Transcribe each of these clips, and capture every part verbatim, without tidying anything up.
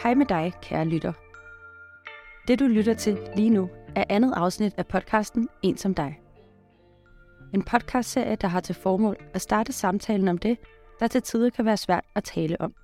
Hej med dig, kære lytter. Det du lytter til lige nu er andet afsnit af podcasten En som dig. En podcastserie, der har til formål at starte samtalen om det, der til tider kan være svært at tale om.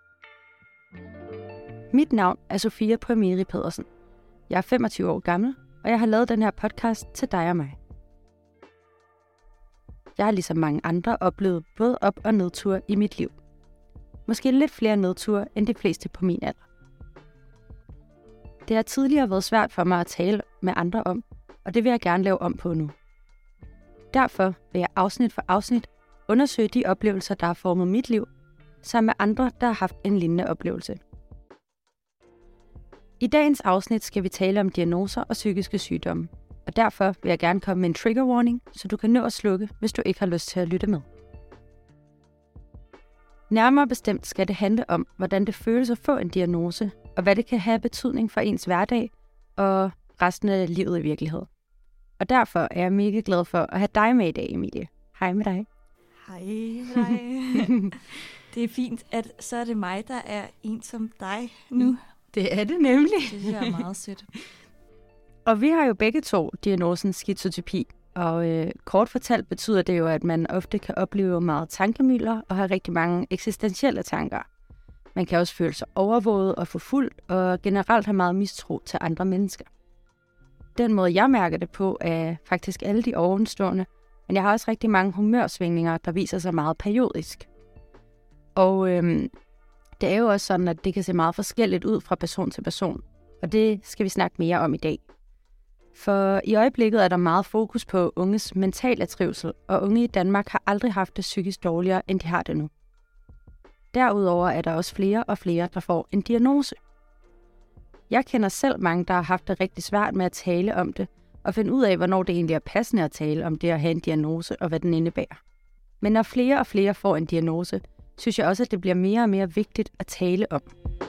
Mit navn er Sofia Primeri Pedersen. Jeg er femogtyve år gammel, og jeg har lavet den her podcast til dig og mig. Jeg har ligesom mange andre oplevet både op- og nedture i mit liv. Måske lidt flere nedture end de fleste på min alder. Det har tidligere været svært for mig at tale med andre om, og det vil jeg gerne lave om på nu. Derfor vil jeg afsnit for afsnit undersøge de oplevelser, der har formet mit liv, sammen med andre, der har haft en lignende oplevelse. I dagens afsnit skal vi tale om diagnoser og psykiske sygdomme, og derfor vil jeg gerne komme med en trigger warning, så du kan nå at slukke, hvis du ikke har lyst til at lytte med. Nærmere bestemt skal det handle om, hvordan det føles at få en diagnose, og hvad det kan have betydning for ens hverdag og resten af livet i virkeligheden. Og derfor er jeg mega glad for at have dig med i dag, Emilie. Hej med dig. Hej med dig. Det er fint, at så er det mig, der er en som dig nu. Det er det nemlig. Det synes jeg er meget sødt. Og vi har jo begge to diagnosen skizotypi, og øh, kort fortalt betyder det jo, at man ofte kan opleve meget tankemylder og have rigtig mange eksistentielle tanker. Man kan også føle sig overvåget og forfulgt, og generelt have meget mistro til andre mennesker. Den måde, jeg mærker det på, er faktisk alle de ovenstående, men jeg har også rigtig mange humørsvingninger, der viser sig meget periodisk. Og øhm, det er jo også sådan, at det kan se meget forskelligt ud fra person til person, og det skal vi snakke mere om i dag. For i øjeblikket er der meget fokus på unges mentale trivsel, og unge i Danmark har aldrig haft det psykisk dårligere, end de har det nu. Derudover er der også flere og flere, der får en diagnose. Jeg kender selv mange, der har haft det rigtig svært med at tale om det, og finde ud af, hvornår det egentlig er passende at tale om det at have en diagnose og hvad den indebærer. Men når flere og flere får en diagnose, synes jeg også, at det bliver mere og mere vigtigt at tale om.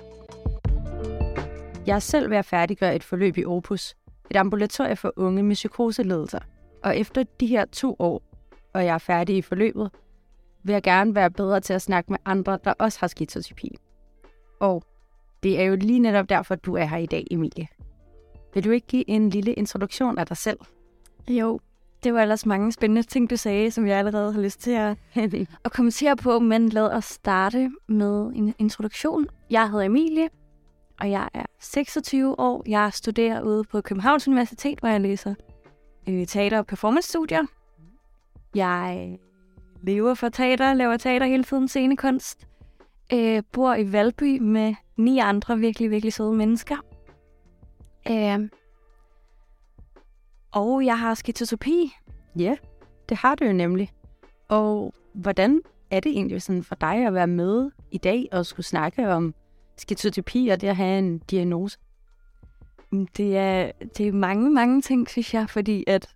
Jeg er selv ved at færdiggøre et forløb i Opus, et ambulatorie for unge med psykoselidelser, og efter de her to år, og jeg er færdig i forløbet, vil jeg gerne være bedre til at snakke med andre, der også har skizotypi. Og det er jo lige netop derfor, du er her i dag, Emilie. Vil du ikke give en lille introduktion af dig selv? Jo, det var ellers mange spændende ting, du sagde, som jeg allerede har lyst til at, at kommentere på, men lad os starte med en introduktion. Jeg hedder Emilie, og jeg er seksogtyve år. Jeg studerer ude på Københavns Universitet, hvor jeg læser øh, teater- og performance-studier. Jeg lever for teater, laver teater hele tiden, scenekunst. Øh, bor i Valby med ni andre virkelig, virkelig søde mennesker. Øh, og jeg har skizotypi. Ja, det har du jo nemlig. Og hvordan er det egentlig sådan for dig at være med i dag og skulle snakke om skizotypi og det at have en diagnose? Det er, det er mange, mange ting, synes jeg, fordi at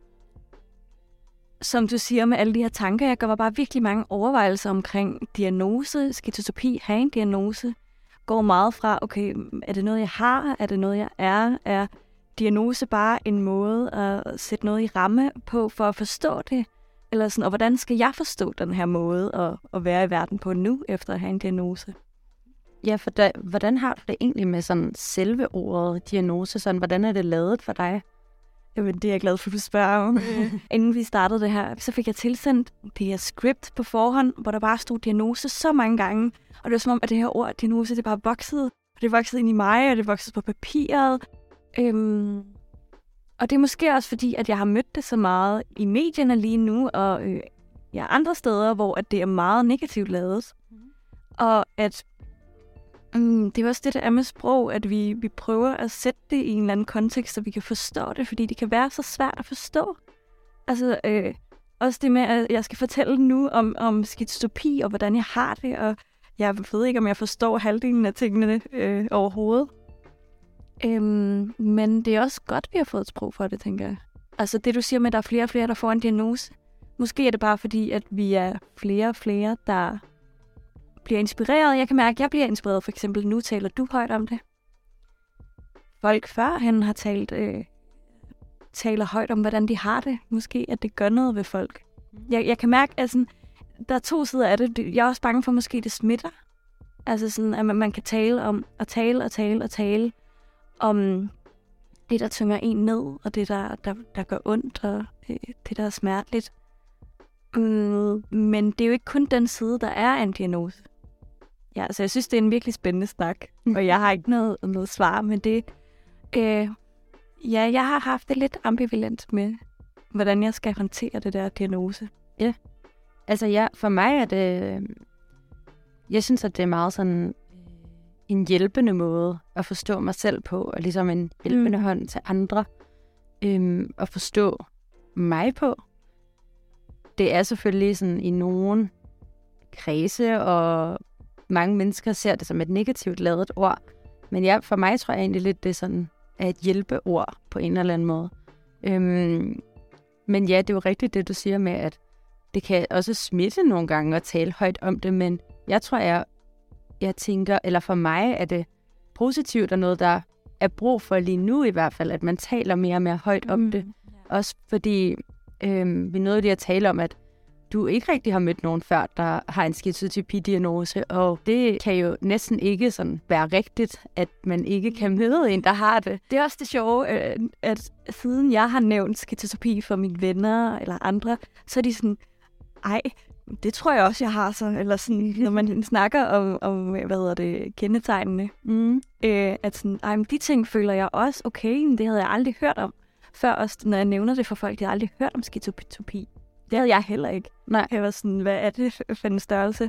som du siger med alle de her tanker, jeg gør bare virkelig mange overvejelser omkring diagnose, skizotypi, have en diagnose, går meget fra, okay, er det noget, jeg har? Er det noget, jeg er? Er diagnose bare en måde at sætte noget i ramme på for at forstå det? Eller sådan, og hvordan skal jeg forstå den her måde at, at være i verden på nu, efter at have en diagnose? Ja, for da, hvordan har du det egentlig med sådan selve ordet diagnose? Sådan, hvordan er det lavet for dig? Jamen, det er jeg glad for, at du spørger om. Inden vi startede det her, så fik jeg tilsendt det her script på forhånd, hvor der bare stod diagnose så mange gange. Og det var som om, at det her ord, diagnose, det bare voksede. Og det voksede ind i mig, og det voksede på papiret. Øhm, og det er måske også fordi, at jeg har mødt det så meget i medierne lige nu, og øh, ja, andre steder, hvor at det er meget negativt lavet. Mm. Og at Mm, det er også det, der er med sprog, at vi, vi prøver at sætte det i en eller anden kontekst, så vi kan forstå det, fordi det kan være så svært at forstå. Altså, øh, også det med, at jeg skal fortælle nu om, om skizotypi, og hvordan jeg har det, og jeg ved ikke, om jeg forstår halvdelen af tingene øh, overhovedet. Øhm, men det er også godt, vi har fået et sprog for det, tænker jeg. Altså, det du siger med, at der er flere og flere, der får en diagnose. Måske er det bare fordi, at vi er flere og flere, der bliver inspireret. Jeg kan mærke, at jeg bliver inspireret. For eksempel, nu taler du højt om det. Folk førhen har talt, øh, taler højt om, hvordan de har det. Måske, at det gør noget ved folk. Jeg, jeg kan mærke, at sådan, der er to sider af det. Jeg er også bange for, at måske det smitter. Altså sådan, at man, man kan tale om, og tale og tale og tale om det, der tynger en ned, og det, der, der, der gør ondt, og det, der er smerteligt. Mm, men det er jo ikke kun den side, der er af en diagnose. Ja, altså jeg synes, det er en virkelig spændende snak, og jeg har ikke noget, noget svar med det. Øh, ja, jeg har haft det lidt ambivalent med, hvordan jeg skal håndtere det der diagnose. Ja, altså ja, for mig er det... Jeg synes, at det er meget sådan en hjælpende måde at forstå mig selv på, og ligesom en hjælpende mm. hånd til andre øhm, at forstå mig på. Det er selvfølgelig sådan i nogen kredse, og mange mennesker ser det som et negativt ladet ord. Men ja, for mig tror jeg egentlig lidt, det er sådan er et hjælpeord på en eller anden måde. Øhm, men ja, det er jo rigtigt det, du siger med, at det kan også smitte nogle gange at tale højt om det, men jeg tror, jeg, jeg tænker, eller for mig er det positivt og noget, der er brug for lige nu i hvert fald, at man taler mere og mere højt om mm. det. Også fordi øhm, vi nåede lige at tale om, at du ikke rigtig har mødt nogen før, der har en skizotypi-diagnose, og det kan jo næsten ikke sådan være rigtigt, at man ikke kan møde en, der har det. Det er også det sjove, at siden jeg har nævnt skizotypi for mine venner eller andre, så er de sådan, ej, det tror jeg også, jeg har så, eller sådan, når man snakker om, om hvad hedder det, kendetegnene, mm. øh, at sådan, ej, men de ting føler jeg også, okay, men det havde jeg aldrig hørt om, før også, når jeg nævner det for folk, de har aldrig hørt om skizotypi. Det havde jeg heller ikke. Nej. Jeg var sådan, hvad er det for en størrelse?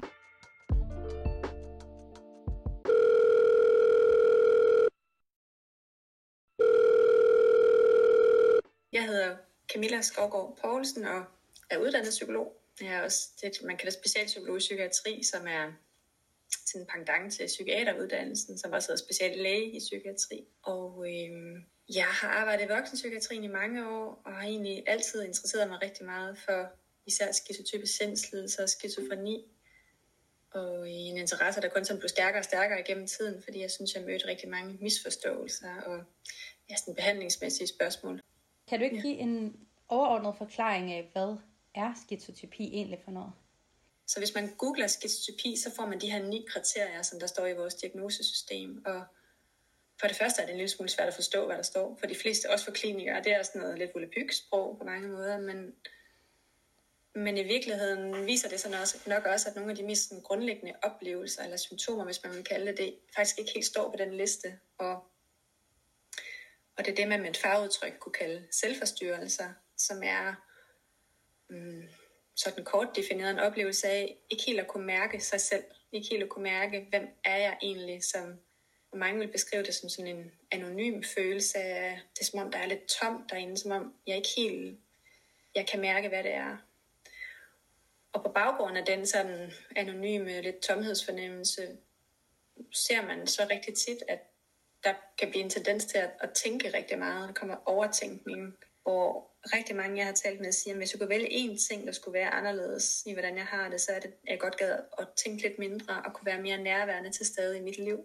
Jeg hedder Camilla Skovgaard Poulsen og er uddannet psykolog. Jeg er også det, man kalder specialpsykolog i psykiatri, som er sådan en pendant til psykiateruddannelsen, som også hedder speciallæge i psykiatri. Og øh, jeg har arbejdet i voksenpsykiatrien i mange år, og har egentlig altid interesseret mig rigtig meget for især skizotypisk sindslidelse og skizofreni. Og en interesse, der kun sådan blev stærkere og stærkere igennem tiden, fordi jeg synes, jeg mødte rigtig mange misforståelser og ja, sådan behandlingsmæssige spørgsmål. Kan du ikke ja. give en overordnet forklaring af, hvad er skizotypi egentlig for noget? Så hvis man googler skizotypi, så får man de her ni kriterier, som der står i vores diagnosesystem. Og for det første er det en lille smule svært at forstå, hvad der står. For de fleste, også for klinikere, det er sådan noget lidt volapyk-sprog på mange måder. Men, men i virkeligheden viser det sådan også, nok også, at nogle af de mest sådan, grundlæggende oplevelser, eller symptomer, hvis man vil kalde det det, faktisk ikke helt står på den liste. Og, og det er det, man med et fagudtryk kunne kalde selvforstyrrelser, som er mm, sådan kort defineret en oplevelse af ikke helt at kunne mærke sig selv. Ikke helt at kunne mærke, hvem er jeg egentlig, som mange vil beskrive det som sådan en anonym følelse af, det er som om, der er lidt tomt derinde, som om jeg ikke helt, jeg kan mærke, hvad det er. Og på baggrund af den sådan anonyme, lidt tomhedsfornemmelse, ser man så rigtig tit, at der kan blive en tendens til at, at tænke rigtig meget. Der kommer overtænkning, hvor rigtig mange, jeg har talt med, siger, at hvis jeg kunne vælge én ting, der skulle være anderledes i, hvordan jeg har det, så er det, at jeg godt gad at tænke lidt mindre og kunne være mere nærværende til stede i mit liv.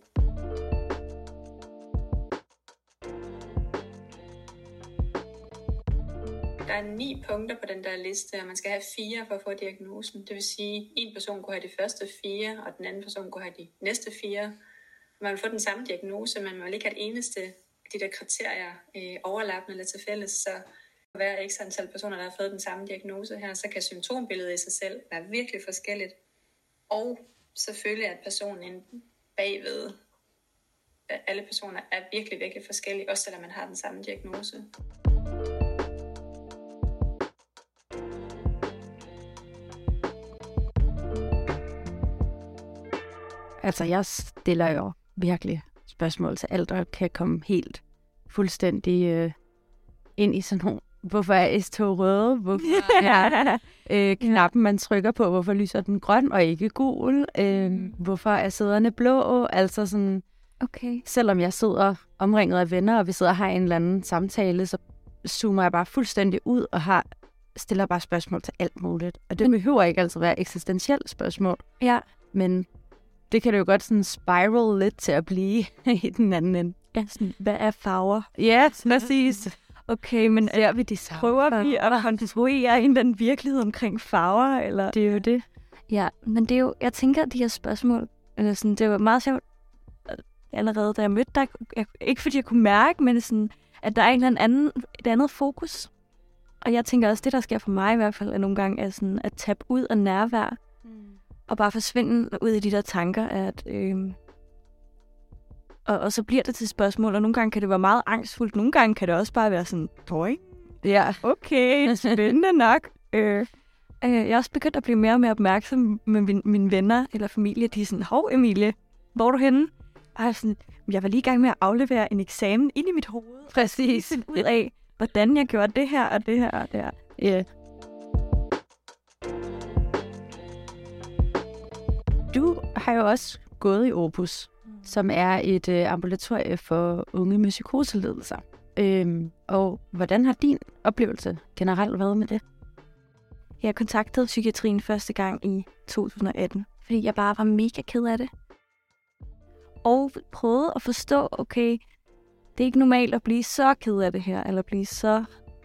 Der er ni punkter på den der liste, og man skal have fire for at få diagnosen. Det vil sige, at en person kunne have de første fire, og den anden person kunne have de næste fire. Man vil få den samme diagnose, men man vil ikke have det eneste af de der kriterier øh, overlappende eller til fælles. Så hver x antal personer, der har fået den samme diagnose her, så kan symptombilledet i sig selv være virkelig forskelligt. Og selvfølgelig, at personen bagved, at alle personer er virkelig, virkelig forskellige, også selvom man har den samme diagnose. Altså, jeg stiller jo virkelig spørgsmål til alt, og kan komme helt fuldstændig øh, ind i sådan nogle, hvorfor er S to røde? Hvorfor er øh, knappen, man trykker på? Hvorfor lyser den grøn og ikke gul? Øh, hvorfor er sæderne blå? Altså sådan, okay. Selvom jeg sidder omringet af venner, og vi sidder og har en eller anden samtale, så zoomer jeg bare fuldstændig ud og har, stiller bare spørgsmål til alt muligt. Og det behøver ikke altså være eksistentielle spørgsmål. Ja. Men det kan det jo godt sådan spiral lidt til at blive i den anden ende. Ja, sådan, hvad er farver? Ja, præcis. Okay, men ser vi de samme? Prøver vi at konstruere en den virkelighed omkring farver? Eller? Det er jo det. Ja, men det er jo, jeg tænker, at de her spørgsmål Eller sådan, det var meget sjovt, allerede da jeg mødte dig. Jeg, ikke fordi jeg kunne mærke, men sådan, at der er en eller anden, et andet fokus. Og jeg tænker også, det der sker for mig i hvert fald, er nogle gange er sådan, at tabe ud af nærvær. Mm. Og bare forsvinde ud i de der tanker, at... Øh, og, og så bliver det til spørgsmål, og nogle gange kan det være meget angstfuldt. Nogle gange kan det også bare være sådan, tøj. Ja. Okay, spændende nok. Øh, øh, jeg er også begyndt at blive mere og mere opmærksom med min, mine venner eller familie. De er sådan, hov Emilie, hvor er du henne? Og jeg er sådan, jeg var lige i gang med at aflevere en eksamen ind i mit hoved. Præcis. Ud af, hvordan jeg gjorde det her og det her og det her. Ja. Yeah. Du har jo også gået i Opus, mm. som er et øh, ambulatorie for unge med psykoselidelser. Øhm, og hvordan har din oplevelse generelt været med det? Jeg kontaktede psykiatrien første gang i to tusind og atten, fordi jeg bare var mega ked af det. Og prøvede at forstå, okay, det er ikke normalt at blive så ked af det her, eller blive så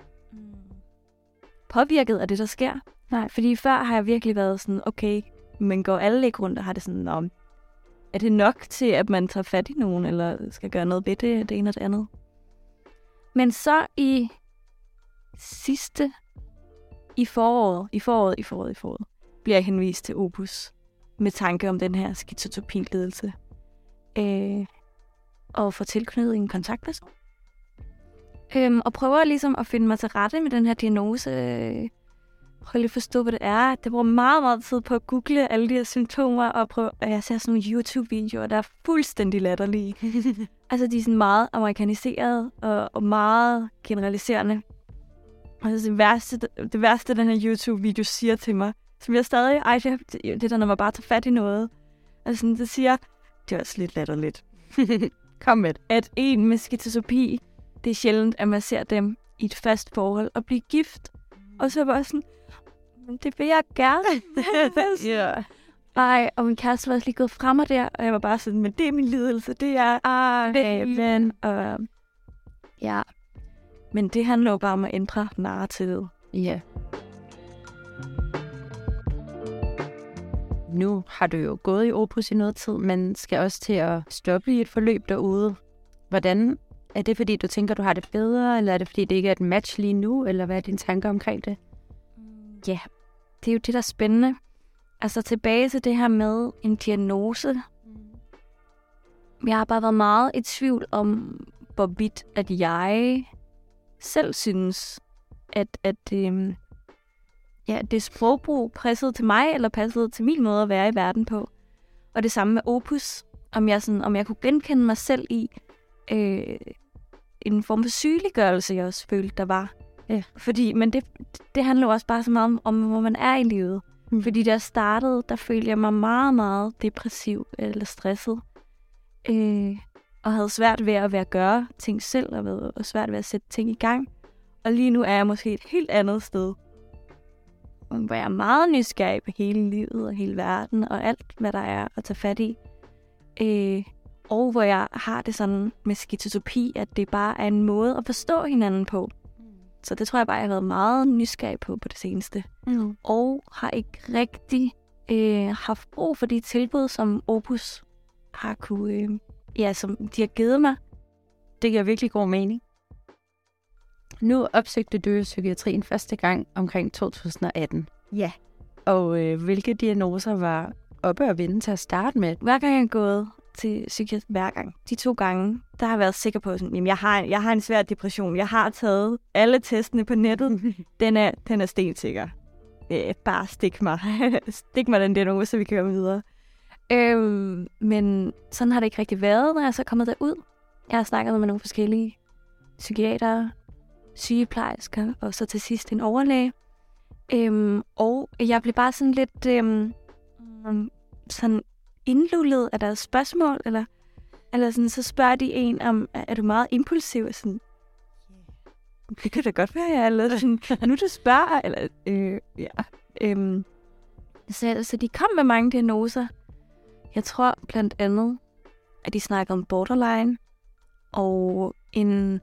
påvirket af det, der sker. Nej, fordi før har jeg virkelig været sådan, okay, men går alle ikke rundt og har det sådan, om er det nok til, at man tager fat i nogen, eller skal gøre noget ved det, det ene og det andet. Men så i sidste, i foråret, i foråret, i foråret, i foråret, bliver jeg henvist til Opus med tanke om den her skizofreni-lidelse. Øh, og får tilknyttet en kontaktperson. Øhm, og prøver ligesom at finde mig til rette med den her diagnose. Prøver lige at forstå, hvad det er. Det bruger meget, meget tid på at google alle de her symptomer, og, prøve, og jeg ser sådan nogle YouTube-videoer, der er fuldstændig latterlige. Altså, de er sådan meget amerikaniserede og, og meget generaliserende. Og det værste, det værste, den her YouTube-video siger til mig, som jeg stadig, ej, det, det er der, når man bare tager fat i noget. Altså, sådan, det siger, det er også lidt latterligt. Kom med. At en med skizofreni, det er sjældent, at man ser dem i et fast forhold og blive gift. Og så var sådan, men det vil jeg gerne. Yeah. Ej, og min kæreste var også lige gået frem og der, og jeg var bare sådan, men det er min lidelse, det er, ah, men, og ja. Men det handler jo bare om at ændre narrativet. Ja. Yeah. Nu har du jo gået i Opus i noget tid, men skal også til at stoppe i et forløb derude. Hvordan er det, fordi du tænker, du har det bedre, eller er det, fordi det ikke er et match lige nu, eller hvad er dine tanker omkring det? Ja, det er jo det, der er spændende. Altså tilbage til det her med en diagnose. Jeg har bare været meget i tvivl om, hvorvidt at jeg selv synes, at, at øh, ja, det sprogbrug passede til mig, eller passede til min måde at være i verden på. Og det samme med Opus. Om jeg, sådan, om jeg kunne genkende mig selv i øh, en form for sygeliggørelse, jeg også følte, der var. Ja. Fordi, men det, det handler jo også bare så meget om, om hvor man er i livet. Mm. Fordi da jeg startede, der følte jeg mig meget, meget depressiv eller stresset. Øh, og havde svært ved at være at gøre ting selv, og, ved, og svært ved at sætte ting i gang. Og lige nu er jeg måske et helt andet sted, hvor jeg er meget nysgerrig på hele livet og hele verden, og alt, hvad der er at tage fat i. Øh, og hvor jeg har det sådan med skizofreni, at det bare er en måde at forstå hinanden på. Mm. Så det tror jeg bare, jeg har været meget nysgerrig på på det seneste. Mm. Og har ikke rigtig øh, haft brug for de tilbud, som Opus har kunne, øh, ja, som de har givet mig. Det giver virkelig god mening. Nu opsøgte du psykiatrien første gang omkring to tusind og atten. Ja. Og øh, hvilke diagnoser var oppe at vinde til at starte med? Hver gang jeg er gået til psykiatri, hver gang, de to gange, der har jeg været sikker på, at jeg har, jeg har en svær depression. Jeg har taget alle testene på nettet. Den er, den er stensikker. Øh, bare stik mig. Stik mig den diagnose, så vi kan komme videre. Øh, men sådan har det ikke rigtig været, når jeg så er kommet derud. Jeg har snakket med nogle forskellige psykiatere, sygeplejersker, og så til sidst en overlæge. Øhm, og jeg blev bare sådan lidt øhm, sådan indlullet af deres spørgsmål, eller, eller sådan, så spørger de en om, er du meget impulsiv? Og sådan, det kan da godt være, jeg er lidt sådan, nu du spørger, eller, øh, ja. Øhm, så, så de kom med mange diagnoser. Jeg tror blandt andet, at de snakkede om borderline, og en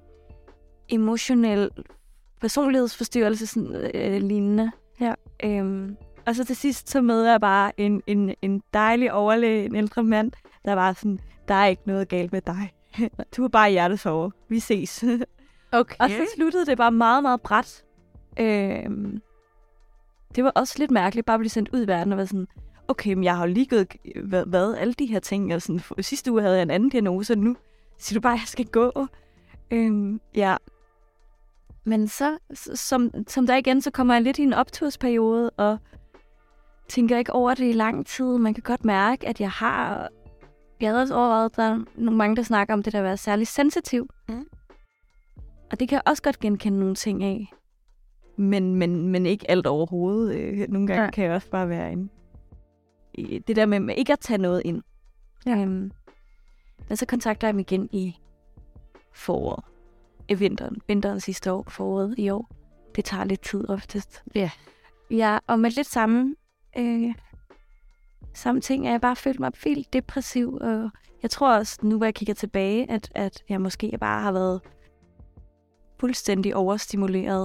emotionel personlighedsforstyrrelse sådan, øh, lignende. Ja. Øhm, Og så til sidst, så møder jeg bare en, en, en dejlig overlæge, en ældre mand, der var sådan, der er ikke noget galt med dig. Du er bare hjertesover. Vi ses. Okay. Og så sluttede det bare meget, meget brat. Øhm, det var også lidt mærkeligt, bare at blive sendt ud i verden og være sådan, okay, men jeg har jo lige gået, hvad, hvad, alle de her ting. Og sådan, sidste uge havde jeg en anden diagnose, og nu siger du bare, at jeg skal gå. Øhm, ja. Men så, som, som der igen, så kommer jeg lidt i en optursperiode, og tænker ikke over det i lang tid. Man kan godt mærke, at jeg har... Jeg havde også overvejet, at der er nogle mange, der snakker om det der at være særlig sensitiv. Mm. Og det kan jeg også godt genkende nogle ting af. Men, men, men ikke alt overhovedet. Nogle gange ja. Kan jeg også bare være en... Det der med ikke at tage noget ind. Ja. Um, men så kontakter jeg dem igen i foråret. I vinteren. Vinteren sidste år. Foråret i år. Det tager lidt tid oftest. Ja. Ja, og med lidt samme... Øh, samme ting, at jeg bare følte mig helt depressiv. Og jeg tror også, nu hvor jeg kigger tilbage, at, at jeg måske bare har været fuldstændig overstimuleret.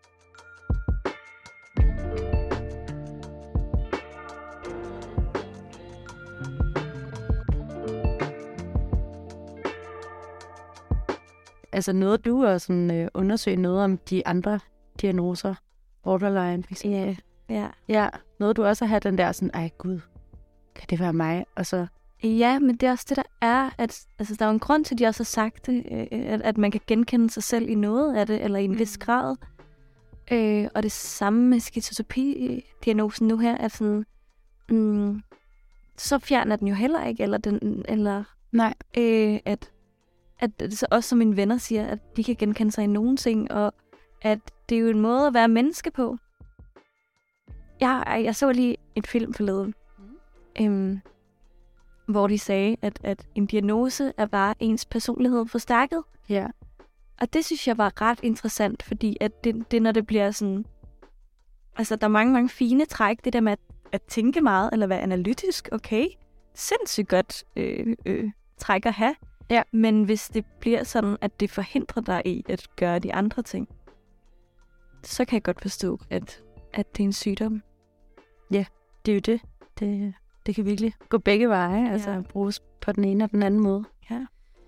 Altså noget du også sådan, øh, undersøge noget om de andre diagnoser, borderline for eksempel. Ja, ja. Ja, noget du også har den der sådan, ej gud, kan det være mig? Og så... Ja, men det er også det, der er, at altså, der er en grund til, at de også har sagt det, at, at man kan genkende sig selv i noget af det, eller i en vis grad. Øh, og det samme med skizotopi-diagnosen nu her, at sådan, mm, så fjerner den jo heller ikke, eller, den, eller Nej. Øh, at, at det så også som mine venner siger, at de kan genkende sig i nogle ting, og at det er jo en måde at være menneske på. Jeg, jeg så lige et film forleden, mm. øhm, hvor de sagde, at, at en diagnose er bare ens personlighed forstærket. Ja. Og det synes jeg var ret interessant, fordi at det, det når det bliver sådan... Altså, der er mange, mange fine træk. Det der med at, at tænke meget, eller være analytisk, okay. Sindssygt godt øh, øh, træk at have. Ja. Men hvis det bliver sådan, at det forhindrer dig i at gøre de andre ting, så kan jeg godt forstå, at, at det er en sygdom. Ja, det er jo det. Det, det kan virkelig gå begge veje, altså ja. bruges på den ene og den anden måde. Ja.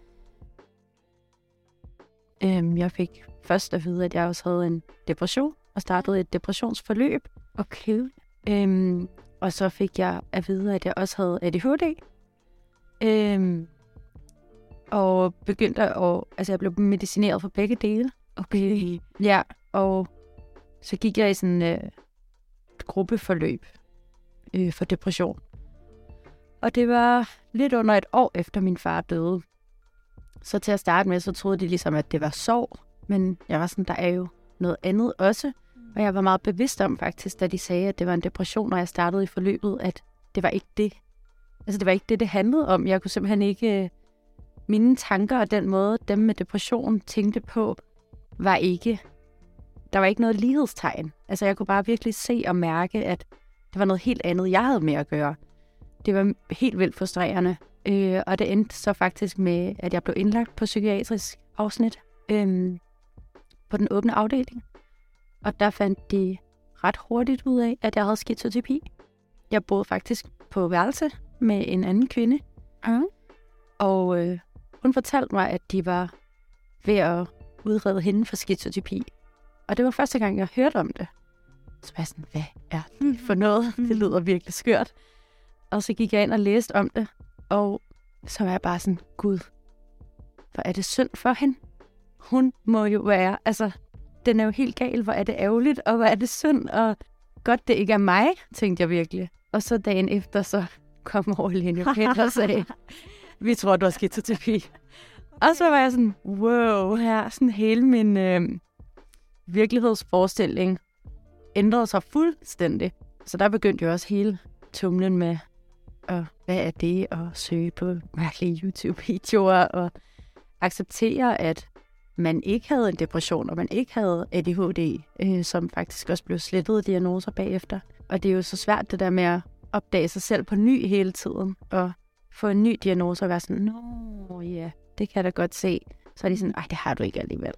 Øhm, jeg fik først at vide, at jeg også havde en depression, og startede et depressionsforløb. Okay. Øhm, og så fik jeg at vide, at jeg også havde A D H D. Øhm, og begyndte at... Altså, jeg blev medicineret for begge dele. Okay. Ja, og så gik jeg i sådan øh, et gruppeforløb øh, for depression. Og det var lidt under et år efter min far døde. Så til at starte med, så troede de ligesom, at det var sorg. Men jeg var sådan, der er jo noget andet også. Og jeg var meget bevidst om faktisk, da de sagde, at det var en depression, når jeg startede i forløbet, at det var ikke det. Altså det var ikke det, det handlede om. Jeg kunne simpelthen ikke... Mine tanker og den måde, dem med depression tænkte på, var ikke... Der var ikke noget lighedstegn. Altså jeg kunne bare virkelig se og mærke, at det var noget helt andet, jeg havde med at gøre. Det var helt vildt frustrerende. Øh, og det endte så faktisk med, at jeg blev indlagt på psykiatrisk afsnit øh, på den åbne afdeling. Og der fandt de ret hurtigt ud af, at jeg havde skizotypi. Jeg boede faktisk på værelse med en anden kvinde. Mm. Og øh, hun fortalte mig, at de var ved at udrede hende for skizotypi. Og det var første gang, jeg hørte om det. Så var jeg sådan, hvad er det for noget? Det lyder virkelig skørt. Og så gik jeg ind og læste om det. Og så var jeg bare sådan, gud, hvor er det synd for hende? Hun må jo være, altså, den er jo helt gal. Hvor er det ærgerligt, og hvor er det synd? Og godt, det ikke er mig, tænkte jeg virkelig. Og så dagen efter, så kom overlægen jo hen og sagde, vi tror, du har skizotypi. Og så var jeg sådan, wow, her sådan hele min øh, virkelighedsforestilling ændrede sig fuldstændig. Så der begyndte jo også hele tumlen med, og hvad er det, at søge på mærkelige YouTube-videoer, og acceptere, at man ikke havde en depression, og man ikke havde A D H D, øh, som faktisk også blev slettet diagnoser bagefter. Og det er jo så svært det der med at opdage sig selv på ny hele tiden, og få en ny diagnose og være sådan, nå ja, det kan jeg da godt se. Så er de sådan, ej, det har du ikke alligevel.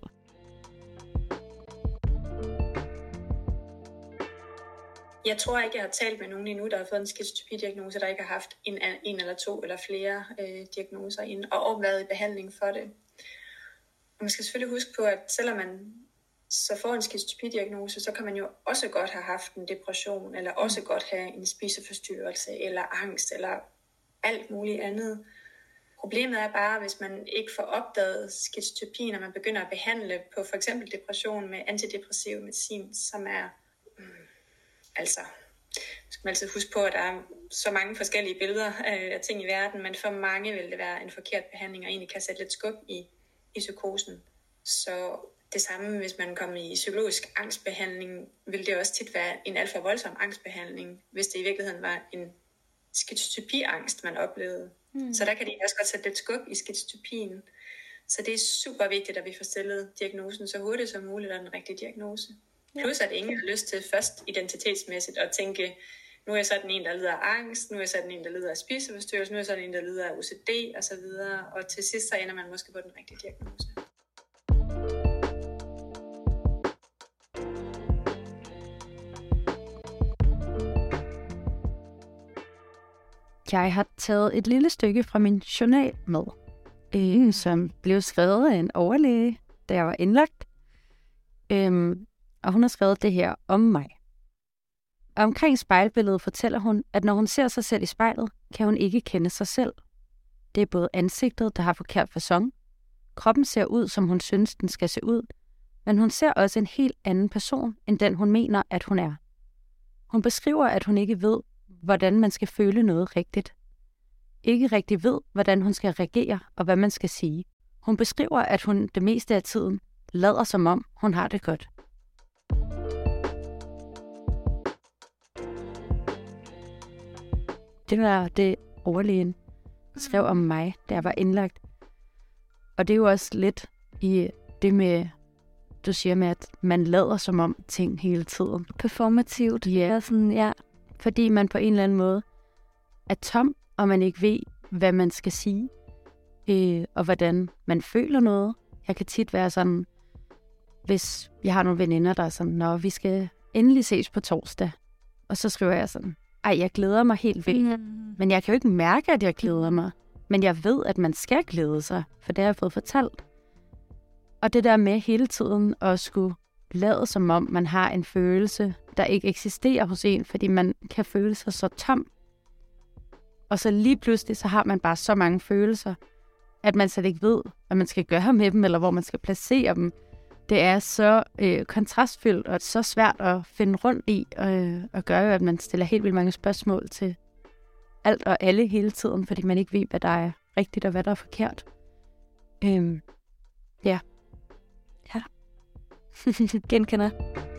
Jeg tror ikke, jeg har talt med nogen endnu, der har fået en skizotypi-diagnose, der ikke har haft en, en eller to eller flere øh, diagnoser inden, og været i behandling for det. Og man skal selvfølgelig huske på, at selvom man så får en skizotypi-diagnose, så kan man jo også godt have haft en depression, eller også godt have en spiseforstyrrelse, eller angst, eller alt muligt andet. Problemet er bare, hvis man ikke får opdaget skizotypi, når man begynder at behandle på for eksempel depression med antidepressiv medicin, som er, mm, altså, skal man altid huske på, at der er så mange forskellige billeder af ting i verden, men for mange vil det være en forkert behandling, og egentlig kan sætte lidt skub i, i psykosen. Så det samme, hvis man kommer i psykologisk angstbehandling, vil det også tit være en alt for voldsom angstbehandling, hvis det i virkeligheden var en skizotypi-angst, man oplevede. Mm. Så der kan de også godt sætte lidt skub i skizotypien. Så det er super vigtigt, at vi får stillet diagnosen så hurtigt som muligt, og den rigtige diagnose. Ja. Plus at ingen har lyst til først identitetsmæssigt at tænke, nu er jeg sådan en, der lider af angst, nu er jeg sådan en, der lider af spiseforstyrrelse, nu er jeg sådan en, der lider af O C D osv. Og til sidst så ender man måske på den rigtige diagnose. Jeg har taget et lille stykke fra min journal med, øh, som blev skrevet af en overlæge, da jeg var indlagt. Øhm, og hun har skrevet det her om mig. Omkring spejlbilledet fortæller hun, at når hun ser sig selv i spejlet, kan hun ikke kende sig selv. Det er både ansigtet, der har forkert facon. Kroppen ser ud, som hun synes, den skal se ud. Men hun ser også en helt anden person, end den hun mener, at hun er. Hun beskriver, at hun ikke ved, hvordan man skal føle noget rigtigt. Ikke rigtig ved, hvordan hun skal reagere og hvad man skal sige. Hun beskriver, at hun det meste af tiden lader som om, hun har det godt. Det var det overlægen skrev om mig, da jeg var indlagt. Og det er jo også lidt i det med, du siger med, at man lader som om ting hele tiden. Performativt. Ja, sådan, ja. Fordi man på en eller anden måde er tom, og man ikke ved, hvad man skal sige, øh, og hvordan man føler noget. Jeg kan tit være sådan, hvis jeg har nogle veninder, der er sådan, nå, vi skal endelig ses på torsdag. Og så skriver jeg sådan, ej, jeg glæder mig helt vildt. Mm. Men jeg kan jo ikke mærke, at jeg glæder mig. Men jeg ved, at man skal glæde sig, for det har jeg fået fortalt. Og det der med hele tiden at skulle lade som om, man har en følelse, der ikke eksisterer hos en, fordi man kan føle sig så tom. Og så lige pludselig, så har man bare så mange følelser, at man slet ikke ved, hvad man skal gøre med dem, eller hvor man skal placere dem. Det er så øh, kontrastfyldt, og så svært at finde rundt i, øh, og gør jo, at man stiller helt vildt mange spørgsmål til alt og alle hele tiden, fordi man ikke ved, hvad der er rigtigt, og hvad der er forkert. Øhm, ja. Ja. Genkender.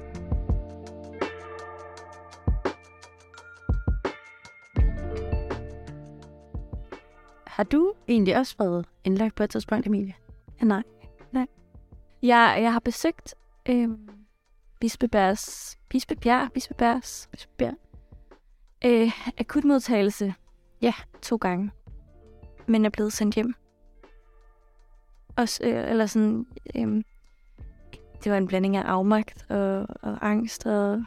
Har du egentlig også været indlagt på et tidspunkt, Emilie? Nej. Nej. Jeg, jeg har besøgt øh, Bispebjergs, Bispebjerg, Bispebjergs, Bispebjerg, øh, akutmodtagelse, ja, to gange. Men er blevet sendt hjem. Også, øh, eller sådan, øh, det var en blanding af afmagt og, og angst, og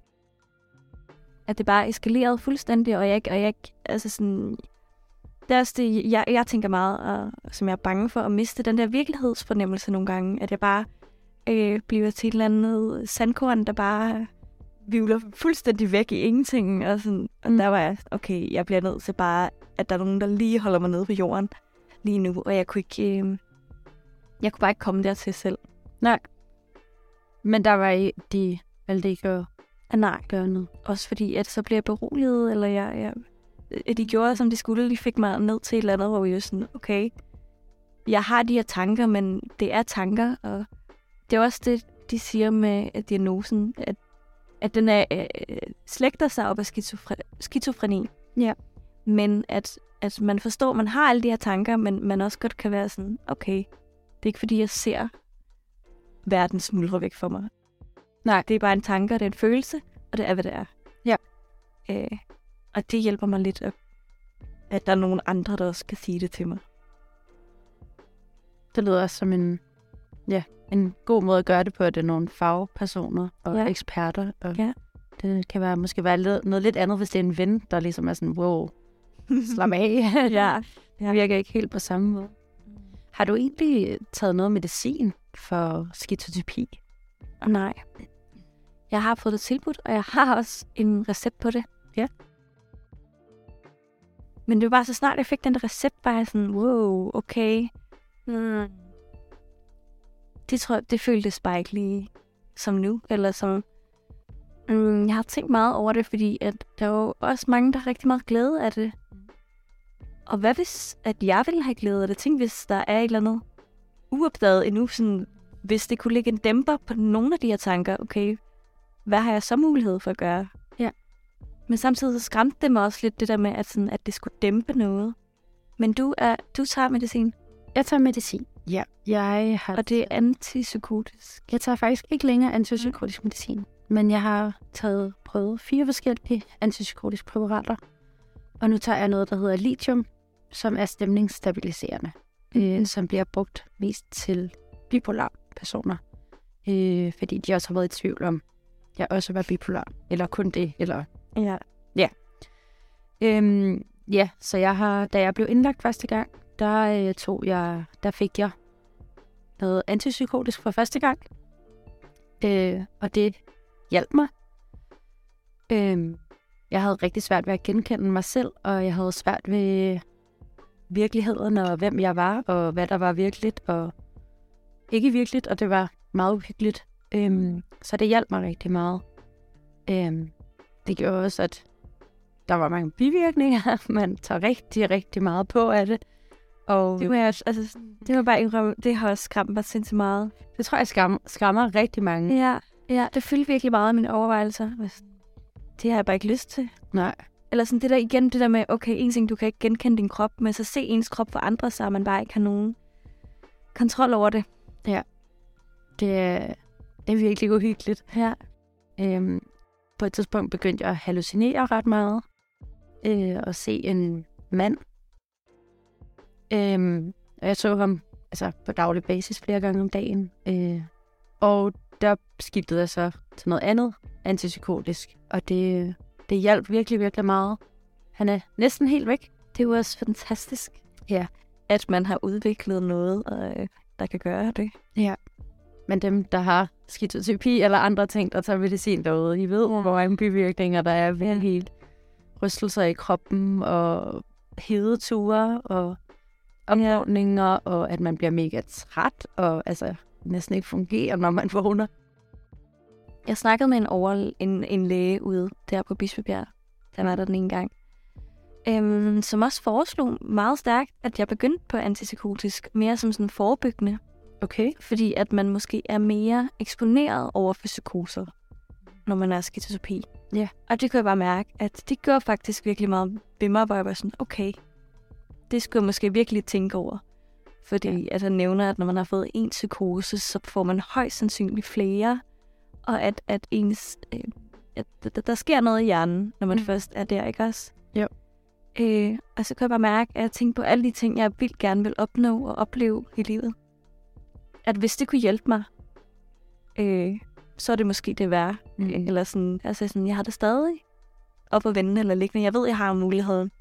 at det bare eskalerede fuldstændig, og jeg ikke, og jeg ikke, altså sådan, det er også det, jeg, jeg tænker meget, og, som jeg er bange for at miste, den der virkelighedsfornemmelse nogle gange, at jeg bare øh, bliver til et eller andet sandkorn, der bare vivler fuldstændig væk i ingenting, og, sådan, og mm. der var jeg, okay, jeg bliver nødt til bare, at der er nogen, der lige holder mig nede på jorden lige nu, og jeg kunne ikke, øh, jeg kunne bare ikke komme dertil selv. Nej. Men der var I, de valgte ikke at ah, nej. gøre noget. Også fordi, at så bliver jeg beroliget, eller jeg, jeg at de gjorde, som de skulle. De fik mig ned til et eller andet, hvor vi jo sådan, okay, jeg har de her tanker, men det er tanker, og det er også det, de siger med diagnosen, at, at den er, øh, slægter sig op af skizofre- skizofreni. Ja. Men at, at man forstår, at man har alle de her tanker, men man også godt kan være sådan, okay, det er ikke fordi, jeg ser verden smuldre væk for mig. Nej. Det er bare en tanke, og det er en følelse, og det er, hvad det er. Ja. Øh, og det hjælper mig lidt, at, at der er nogen andre, der også kan sige det til mig. Det lyder også som en, ja, en god måde at gøre det på, at det er nogle fagpersoner og ja. eksperter, og ja. Det kan være, måske være lidt, noget lidt andet, hvis det er en ven, der ligesom er sådan, wow, slap af. Ja. Det virker ikke helt på samme måde. Har du egentlig taget noget medicin for skizotypi? Nej. Jeg har fået det tilbudt, og jeg har også en recept på det. Ja. Men det var bare så snart, jeg fik den recept, var jeg sådan, wow, okay. Hmm. Det tror jeg, det føltes bare ikke lige som nu, eller som... Mm, jeg har tænkt meget over det, fordi at der er jo også mange, der har rigtig meget glæde af det. Og hvad hvis, at jeg ville have glæde af det? Tænk, hvis der er et eller andet uopdaget endnu, sådan, hvis det kunne ligge en dæmper på nogle af de her tanker, okay, hvad har jeg så mulighed for at gøre? Ja. Men samtidig så skræmte det mig også lidt det der med, at, sådan, at det skulle dæmpe noget. Men du, er, du tager medicin? Jeg tager medicin. Ja. Jeg har og det er antipsykotisk? Jeg tager faktisk ikke længere antipsykotisk medicin. Men jeg har taget prøvet fire forskellige antipsykotiske præparater. Og nu tager jeg noget, der hedder lithium, som er stemningsstabiliserende. Mm. Øh, som bliver brugt mest til bipolar personer. Øh, fordi de også har været i tvivl om, jeg også var bipolar. Eller kun det. Eller... Ja. Ja. Øhm, ja, så jeg har, da jeg blev indlagt første gang, der øh, tog jeg, der fik jeg noget antipsykotisk for første gang. Øh, og det hjalp mig. Øh, jeg havde rigtig svært ved at genkende mig selv, og jeg havde svært ved virkeligheden, og hvem jeg var, og hvad der var virkeligt, og ikke virkeligt, og det var meget uhyggeligt. Øh, så det hjalp mig rigtig meget. Øh, det gjorde også, at der var mange bivirkninger. Man tager rigtig, rigtig meget på af det. Og det var, altså, det var bare det har også skræmt mig sindssygt meget. Det tror jeg skam, skræmmer rigtig mange. Ja, ja, det fyldte virkelig meget af mine overvejelser. Det har jeg bare ikke lyst til. Nej. Eller sådan det der igen, det der med, okay, en ting, du kan ikke genkende din krop, men så se ens krop for andre, så man bare ikke har nogen kontrol over det. Ja. Det er, det er virkelig uhyggeligt. Ja. Øhm, på et tidspunkt begyndte jeg at hallucinere ret meget. Øh, og se en mand. Øhm, og jeg så ham altså, på daglig basis flere gange om dagen. Øh, og der skiftede jeg så til noget andet antipsykotisk. Og det, det hjalp virkelig, virkelig meget. Han er næsten helt væk. Det er jo også fantastisk, ja, at man har udviklet noget, øh, der kan gøre det. Ja. Men dem, der har skizotypi eller andre ting, der tager medicin derude, I ved, ja. Hvor mange bivirkninger der er ved ja. Helt rystelser i kroppen, og hedeture, og omvågninger, og at man bliver mega træt, og altså næsten ikke fungerer, når man vågner. Jeg snakkede med en, over, en, en læge ude der på Bispebjerg, der var der den ene gang, øhm, som også foreslog meget stærkt, at jeg begyndte på antipsykotisk, mere som sådan forebyggende. Okay. Fordi at man måske er mere eksponeret over for psykoser, når man er skizotypi. Ja. Og det kunne jeg bare mærke, at det gør faktisk virkelig meget ved mig, hvor jeg var sådan, okay, det skulle jeg måske virkelig tænke over. Fordi ja. At han nævner, at når man har fået en psykose, så får man højst sandsynligt flere, og at, at ens, øh, at der, der sker noget i hjernen, når man mm. først er der, ikke også? Jo. Øh, og så kan jeg bare mærke, at jeg tænker på alle de ting, jeg vildt gerne vil opnå og opleve i livet. At hvis det kunne hjælpe mig, øh, så er det måske det værd. Mm. Eller sådan, altså sådan, jeg har det stadig op at vende eller liggende. Jeg ved, jeg har muligheden.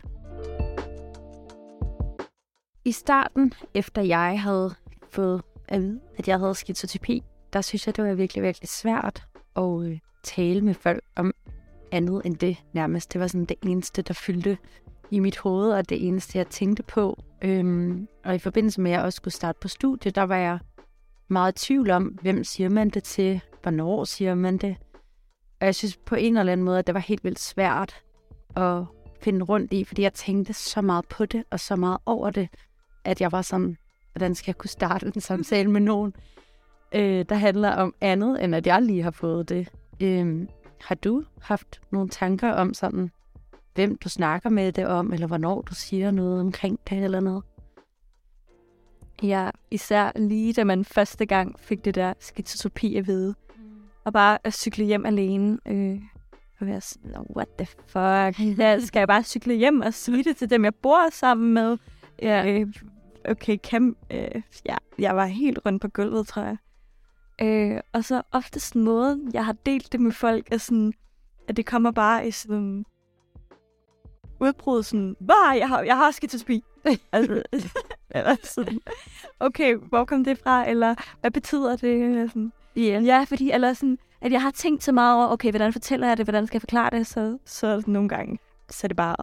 I starten, efter jeg havde fået at vide, at jeg havde skizotypi, der synes jeg, det var virkelig, virkelig svært at øh, tale med folk om andet end det nærmest. Det var sådan det eneste, der fyldte i mit hoved, og det eneste, jeg tænkte på. Øhm, og i forbindelse med, at jeg også skulle starte på studiet, der var jeg meget i tvivl om, hvem siger man det til, hvornår siger man det. Og jeg synes på en eller anden måde, at det var helt vildt svært at finde rundt i, fordi jeg tænkte så meget på det, og så meget over det, at jeg var sådan, hvordan skal jeg kunne starte en samtale med nogen, øh, der handler om andet, end at jeg lige har fået det. Øh, har du haft nogle tanker om sådan, hvem du snakker med det om, eller hvornår du siger noget omkring det eller noget? Ja, især lige da man første gang fik det der skizotypi at vide. Mm. Og bare at cykle hjem alene. Øh, og være sådan, what the fuck? Ja, skal jeg bare cykle hjem og sige det til dem, jeg bor sammen med? Ja, øh, okay, Cam, øh, ja, jeg var helt rundt på gulvet, tror jeg. Øh, og så oftest måden, jeg har delt det med folk, er sådan, at det kommer bare i sådan udbrud sådan, hvad, jeg har, jeg har skizofreni. altså, eller sådan, okay, hvor kom det fra, eller hvad betyder det? Eller sådan. Yeah. Ja, fordi, eller sådan, at jeg har tænkt så meget over, okay, hvordan fortæller jeg det, hvordan skal jeg forklare det, så, så nogle gange, så er det bare,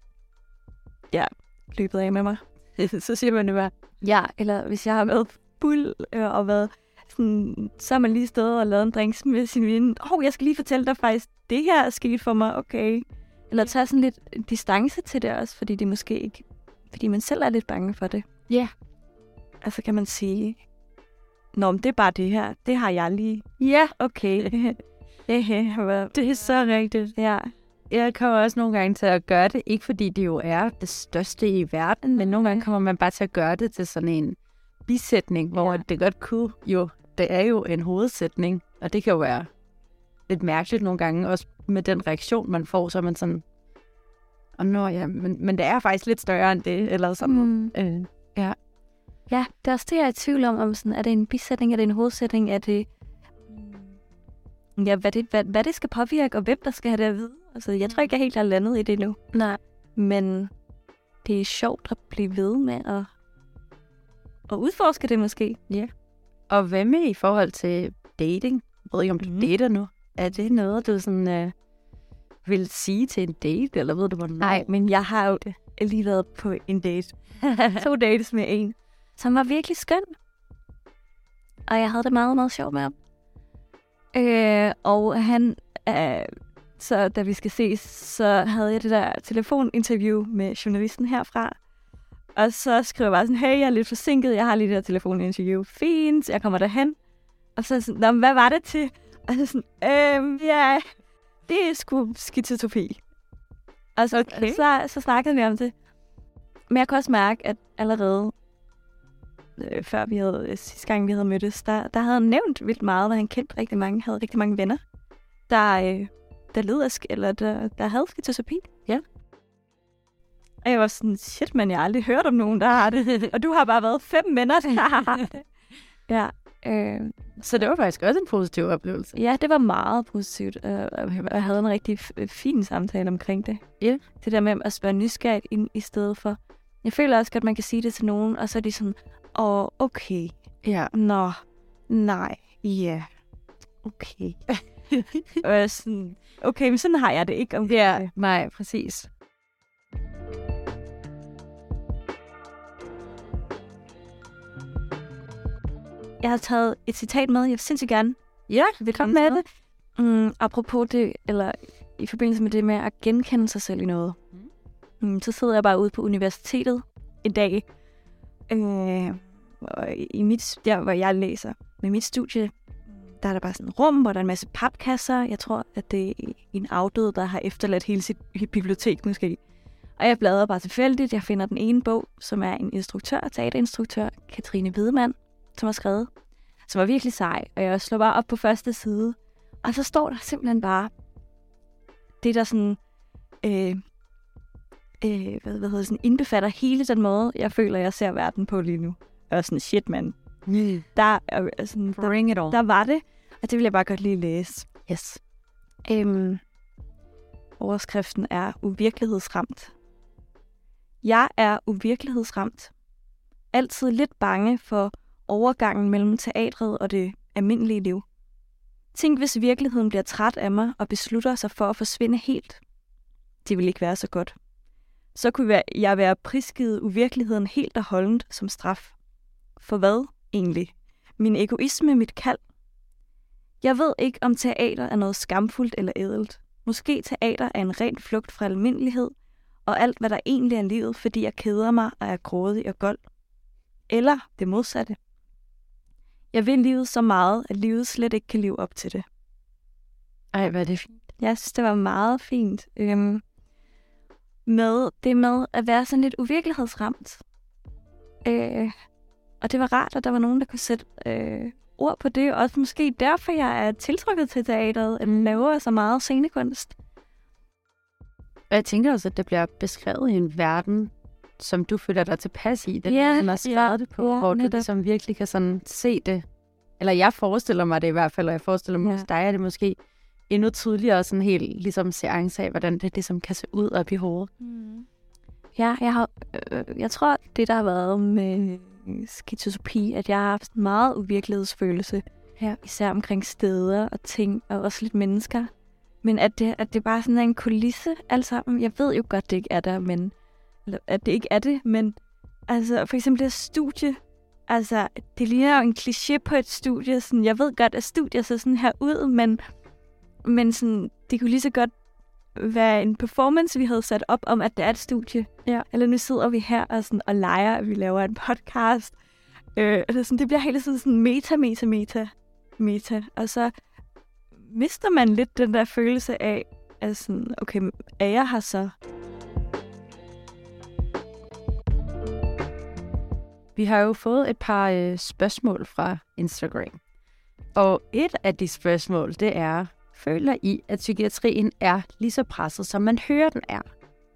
ja, løbet af med mig. Så siger man det bare, ja, eller hvis jeg har været fuld øh, og været sådan, så er man lige stået og lavet en drink med sin ven. Åh, oh, jeg skal lige fortælle dig faktisk, det her er sket for mig, okay. Eller tage sådan lidt distance til det også, fordi det måske ikke, fordi man selv er lidt bange for det. Ja. Yeah. Altså kan man sige, nå, men det er bare det her, det har jeg lige. Ja, yeah, okay. Det er så rigtigt. Ja. Jeg kommer også nogle gange til at gøre det, ikke fordi det jo er det største i verden, men nogle gange kommer man bare til at gøre det til sådan en bisætning, hvor ja. det godt kunne jo, det er jo en hovedsætning, og det kan jo være lidt mærkeligt nogle gange, også med den reaktion, man får, så er man sådan, og nå ja, men, men det er faktisk lidt større end det, eller sådan. Mm. Øh, ja. Ja, det er også det, jeg er i tvivl om, om sådan, er det en bisætning, er det en hovedsætning, er det, ja, hvad det, hvad, hvad det skal påvirke, og hvem der skal have det at vide. Altså, jeg tror ikke, jeg helt har landet i det nu. Nej. Men det er sjovt at blive ved med at, at udforske det måske. Ja. Og hvad med i forhold til dating? Jeg ved ikke, om du mm. dater nu. Er det noget, du sådan, øh, vil sige til en date, eller ved du, hvornår? Nej, men jeg har jo lige været på en date. to dates med en, som var virkelig skøn. Og jeg havde det meget, meget sjovt med ham. Øh, og han, øh, så da vi skal ses, så havde jeg det der telefoninterview med journalisten herfra. Og så skriver jeg bare sådan, hey, jeg er lidt forsinket, jeg har lige det der telefoninterview. Fint, jeg kommer derhen. Og så sådan, nå, hvad var det til? Og så sådan, øhm, ja, det er sgu skizofreni. Og så, okay. så, så snakkede vi om det. Men jeg kan også mærke, at allerede øh, før vi havde, sidste gang vi havde mødtes, der, der havde han nævnt vildt meget, og han kendte rigtig mange, havde rigtig mange venner, der, øh, der led af, eller der, der havde skizofreni. Ja. Og jeg var sådan, shit, man, jeg har aldrig hørt om nogen, der har det. Og du har bare været fem venner, der har det. Ja. Øh, så det var faktisk også en positiv oplevelse. Ja, det var meget positivt, øh, og jeg havde en rigtig f- fin samtale omkring det. Yeah. Det der med at spørge nysgerrigt ind i stedet for. Jeg føler også, at man kan sige det til nogen, og så er de sådan, åh, okay, ja, nå, nej, ja, yeah. okay. Og sådan, okay, men sådan har jeg det ikke. Om ja, det. Nej, præcis. Jeg har taget et citat med, jeg vil sindssygt gerne. Ja, vil komme med det. Mm, apropos det, eller i forbindelse med det med at genkende sig selv i noget. Mm. Mm, så sidder jeg bare ude på universitetet en dag. Øh, og i mit, der, hvor jeg læser med mit studie, der er der bare sådan et rum, hvor der er en masse papkasser. Jeg tror, at det er en afdød, der har efterladt hele sit bibliotek måske. Og jeg bladrer bare tilfældigt. Jeg finder den ene bog, som er en instruktør, teaterinstruktør, Katrine Wiedemann, som har skrevet, som var virkelig sej. Og jeg slår bare op på første side. Og så står der simpelthen bare det, der sådan, øh, øh, hvad, hvad hedder det, sådan indbefatter hele den måde, jeg føler, jeg ser verden på lige nu. Og sådan, shit, mand. Mm. Der, øh, sådan, Bring it on. Der var det, og det vil jeg bare godt lige læse. Yes. Øhm, overskriften er uvirkelighedsramt. Jeg er uvirkelighedsramt. Altid lidt bange for overgangen mellem teatret og det almindelige liv. Tænk, hvis virkeligheden bliver træt af mig og beslutter sig for at forsvinde helt. Det vil ikke være så godt. Så kunne jeg være prisgivet uvirkeligheden helt og holdent som straf. For hvad egentlig? Min egoisme, mit kald? Jeg ved ikke, om teater er noget skamfuldt eller ædelt. Måske teater er en ren flugt fra almindelighed og alt, hvad der egentlig er livet, fordi jeg keder mig og er grådig og gold. Eller det modsatte. Jeg vil livet så meget, at livet slet ikke kan leve op til det. Ej, hvad er det fint. Jeg synes, det var meget fint. Øhm, med det med at være sådan lidt uvirkelighedsramt. Øh, og det var rart, at der var nogen, der kunne sætte øh, ord på det. Også måske derfor, jeg er tiltrykket til teateret, at man laver så meget scenekunst. Og jeg tænker også, at det bliver beskrevet i en verden, som du føler dig tilpas i. Den ja, man har skrevet ja, det på, ja, hvor du ligesom virkelig kan sådan se det. Eller jeg forestiller mig det i hvert fald, og jeg forestiller mig ja. hos dig, er det måske endnu tydeligere sådan helt ligesom seance af, hvordan det ligesom kan se ud op i hovedet. Mm. Ja, jeg, har, øh, jeg tror, det der har været med skizotopi, at jeg har haft en meget uvirkelighedsfølelse. Ja. Især omkring steder og ting, og også lidt mennesker. Men at det, at det bare sådan er en kulisse alt sammen. Jeg ved jo godt, det ikke er der, men... Eller, at det ikke er det, men... Altså, for eksempel det her studie. Altså, det ligner jo en kliché på et studie. Sådan, jeg ved godt, at studier ser sådan her ud, men... Men sådan, det kunne lige så godt være en performance, vi havde sat op om, at det er et studie. Ja. Eller nu sidder vi her og, sådan, og leger, at vi laver en podcast. Øh, altså sådan, det bliver hele tiden sådan meta, meta, meta, meta. Og så mister man lidt den der følelse af, at sådan, okay, er jeg her så? Vi har jo fået et par øh, spørgsmål fra Instagram. Og et af de spørgsmål, det er, føler I, at psykiatrien er lige så presset, som man hører, den er?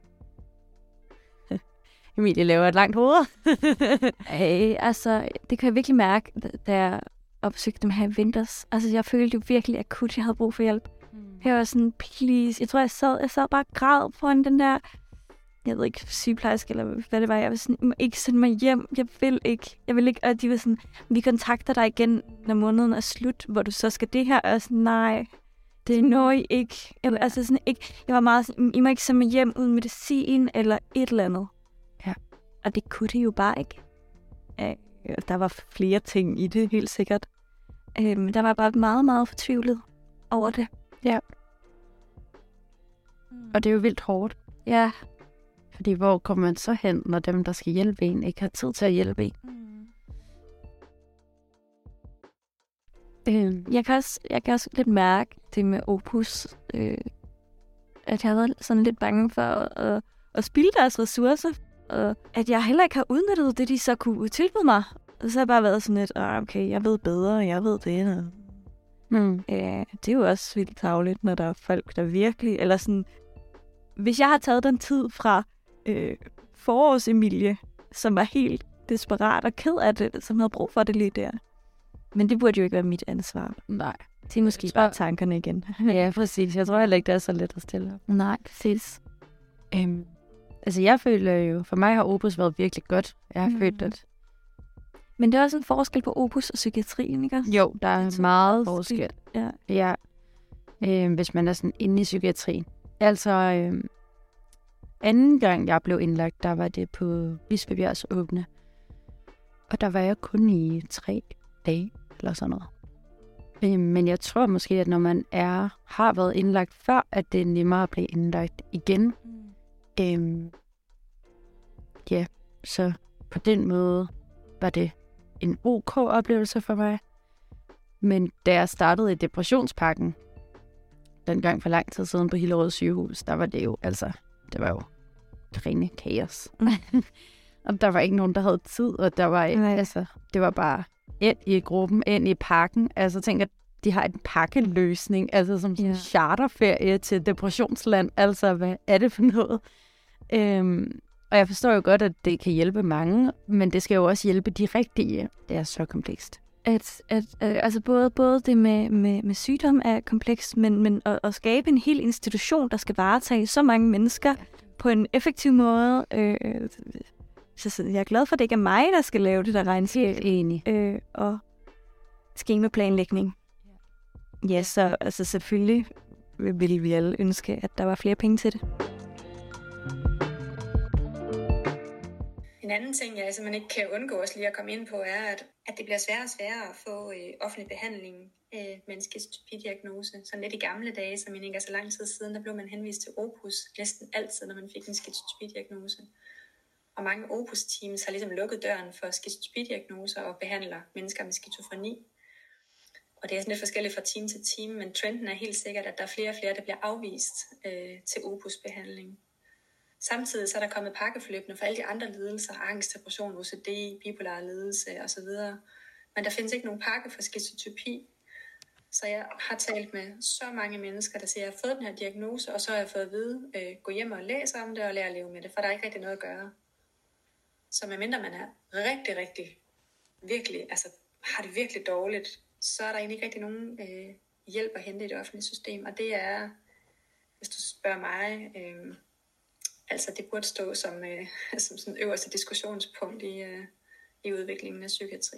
Emilie laver et langt hoved. Ej, altså, det kan jeg virkelig mærke, da jeg opsøgte dem her i vinters. Altså, jeg følte jo virkelig akut, jeg havde brug for hjælp. Mm. Jeg var sådan, please. Jeg tror, jeg sad, jeg sad bare og græd foran den der, jeg ved ikke, sygeplejerske eller hvad det var. Jeg var sådan, I må ikke sende mig hjem. Jeg vil ikke. Jeg vil ikke. Og de var sådan, vi kontakter dig igen, når måneden er slut, hvor du så skal det her. Og jeg sådan, nej, det når I ikke. Jeg, altså sådan, ikke. Jeg var meget sådan, I må ikke sende mig hjem uden medicin eller et eller andet. Ja. Og det kunne det jo bare ikke. Øh, der var flere ting i det, helt sikkert. Øh, men der var bare meget, meget fortvivlet over det. Ja. Mm. Og det er jo vildt hårdt. Ja. Fordi hvor kommer man så hen, når dem, der skal hjælpe en, ikke har tid til at hjælpe en? Mm. Øh. Jeg, kan også, jeg kan også lidt mærke det med Opus, øh, at jeg har været sådan lidt bange for at, at, at spilde deres ressourcer. Og at jeg heller ikke har udnyttet det, de så kunne tilbyde mig. Og så har jeg bare været sådan lidt, ah, okay, jeg ved bedre, jeg ved det. Mm. Ja, det er jo også vildt tarveligt, når der er folk, der virkelig... Eller sådan, hvis jeg har taget den tid fra øh, forårs Emilie, som var helt desperat og ked af det, som havde brug for det lige der. Men det burde jo ikke være mit ansvar. Nej. Det er måske bare tankerne igen. Ja, præcis. Jeg tror heller ikke, det er så let at stille op. Nej, præcis. Øhm, altså, jeg føler jo... For mig har Opus været virkelig godt. Jeg har mm. følt, at... Men det er også en forskel på Opus og psykiatrien, ikke? Jo, der er er meget forskel. Ja. Ja. Øhm, hvis man er sådan inde i psykiatrien. Altså, øhm, anden gang jeg blev indlagt, der var det på Bispebjergs åbne. Og der var jeg kun i tre dage, eller sådan noget. Øhm, men jeg tror måske, at når man er har været indlagt før, at det er nemmere at blive indlagt igen. Mm. Øhm, ja, så på den måde var det en ok oplevelse for mig. Men da jeg startede i depressionspakken, dengang for lang tid siden på Hillerød sygehus, der var det jo, altså, det var jo rene kaos. Mm. Og der var ikke nogen, der havde tid, og der var, Nej. altså, det var bare ind i gruppen, ind i pakken. Altså, tænk, at de har en pakkeløsning, altså som sådan en yeah. charterferie til depressionsland. Altså, hvad er det for noget? Øhm, og jeg forstår jo godt, at det kan hjælpe mange, men det skal jo også hjælpe de rigtige. Det er så komplekst. At, at, øh, altså både, både det med, med, med sygdom er komplekst, men, men at, at skabe en hel institution, der skal varetage så mange mennesker på en effektiv måde. Øh, så jeg er glad for, at det ikke er mig, der skal lave det der regnskab. Helt enig. Øh, og skemaplanlægning. Ja, så altså selvfølgelig ville vi alle ønske, at der var flere penge til det. En anden ting, jeg simpelthen ikke kan undgå os lige at komme ind på, er, at, at det bliver sværere og sværere at få øh, offentlig behandling øh, med en skizotopi-diagnose. Sådan lidt i gamle dage, som ikke er så lang tid siden, der blev man henvist til Opus næsten altid, når man fik en skizotopi-diagnose. Og mange Opus-teams har ligesom lukket døren for skizotopi-diagnoser og behandler mennesker med skizofreni. Og det er sådan lidt forskelligt fra team til team, men trenden er helt sikkert, at der er flere og flere, der bliver afvist øh, til Opus-behandling. Samtidig så er der kommet pakkeforløbene for alle de andre lidelser, angst, depression, O C D, bipolar lidelse osv. Men der findes ikke nogen pakke for skizotopi. Så jeg har talt med så mange mennesker, der siger, at jeg har fået den her diagnose, og så har jeg fået at vide, øh, gå hjem og læse om det og lære at leve med det, for der er ikke rigtig noget at gøre. Så medmindre man er rigtig, rigtig, virkelig, altså har det virkelig dårligt, så er der egentlig ikke rigtig nogen øh, hjælp at hente i det offentlige system. Og det er, hvis du spørger mig, øh, altså det burde stå som, øh, som sådan øverste diskussionspunkt i, øh, i udviklingen af psykiatri.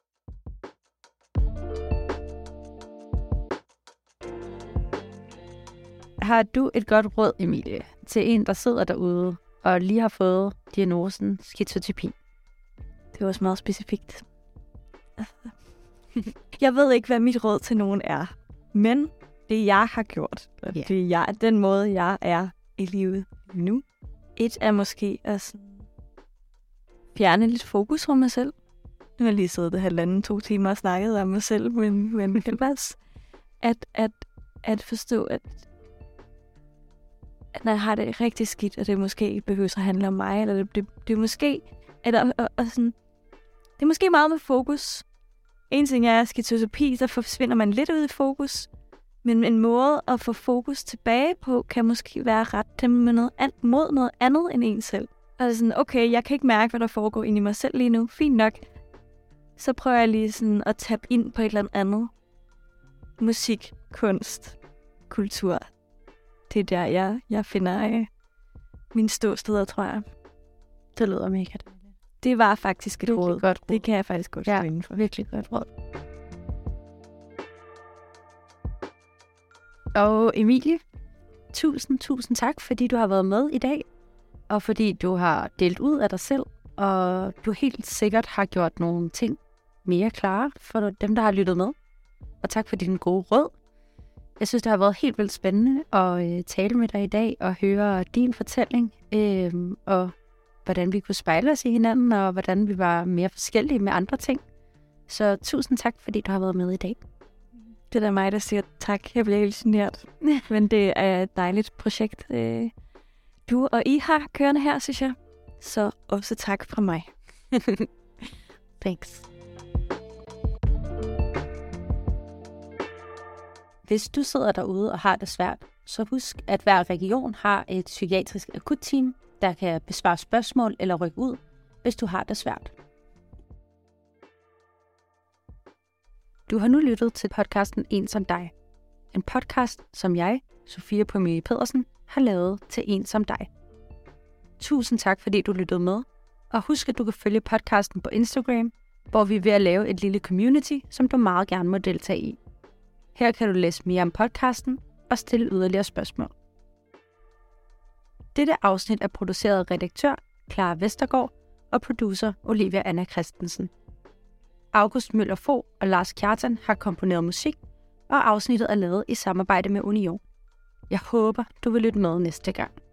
Har du et godt råd, Emilie, til en, der sidder derude og lige har fået diagnosen skizotypi? Det var også meget specifikt. Jeg ved ikke, hvad mit råd til nogen er. Men det, jeg har gjort, og Yeah. det jeg, den måde, jeg er i livet nu, et er måske at sådan fjerne lidt fokus fra mig selv. Nu har jeg lige siddet det halvanden, to timer og snakket om mig selv, men, men ellers at, at, at forstå, at, at når jeg har det rigtig skidt, og det måske ikke behøver at handle om mig, eller det, det, det er måske, at, og, og, og sådan, det er måske meget med fokus. En ting er skizotypi, så forsvinder man lidt ud i fokus, men en måde at få fokus tilbage på, kan måske være ret til med noget andet, mod noget andet end en selv. Altså sådan, okay, jeg kan ikke mærke, hvad der foregår inde i mig selv lige nu. Fint nok. Så prøver jeg lige sådan at tabe ind på et eller andet. Musik, kunst, kultur. Det er der, jeg, jeg finder øh, mine ståsteder, tror jeg. Det lyder mega dejligt. Det var faktisk et Virkelig råd. godt råd. Det kan jeg faktisk godt Ja, stå inden for. virkelig godt råd. Og Emilie, tusind, tusind tak, fordi du har været med i dag, og fordi du har delt ud af dig selv, og du helt sikkert har gjort nogle ting mere klare for dem, der har lyttet med. Og tak for dine gode råd. Jeg synes, det har været helt vildt spændende at øh, tale med dig i dag og høre din fortælling, øh, og hvordan vi kunne spejle os i hinanden, og hvordan vi var mere forskellige med andre ting. Så tusind tak, fordi du har været med i dag. Det er da mig, der siger tak. Jeg bliver helt genert. Men det er et dejligt projekt, øh, du og I har kørende her, synes jeg. Så også tak fra mig. Thanks. Hvis du sidder derude og har det svært, så husk, at hver region har et psykiatrisk akutteam, der kan besvare spørgsmål eller rykke ud, hvis du har det svært. Du har nu lyttet til podcasten En som dig. En podcast, som jeg, Sofia Pomie Pedersen, har lavet til En som dig. Tusind tak, fordi du lyttede med. Og husk, at du kan følge podcasten på Instagram, hvor vi er ved at lave et lille community, som du meget gerne må deltage i. Her kan du læse mere om podcasten og stille yderligere spørgsmål. Dette afsnit er produceret af redaktør Clara Vestergaard og producer Olivia Anna Christensen. August Møller Fogh og Lars Kjartan har komponeret musik, og afsnittet er lavet i samarbejde med Union. Jeg håber, du vil lytte med næste gang.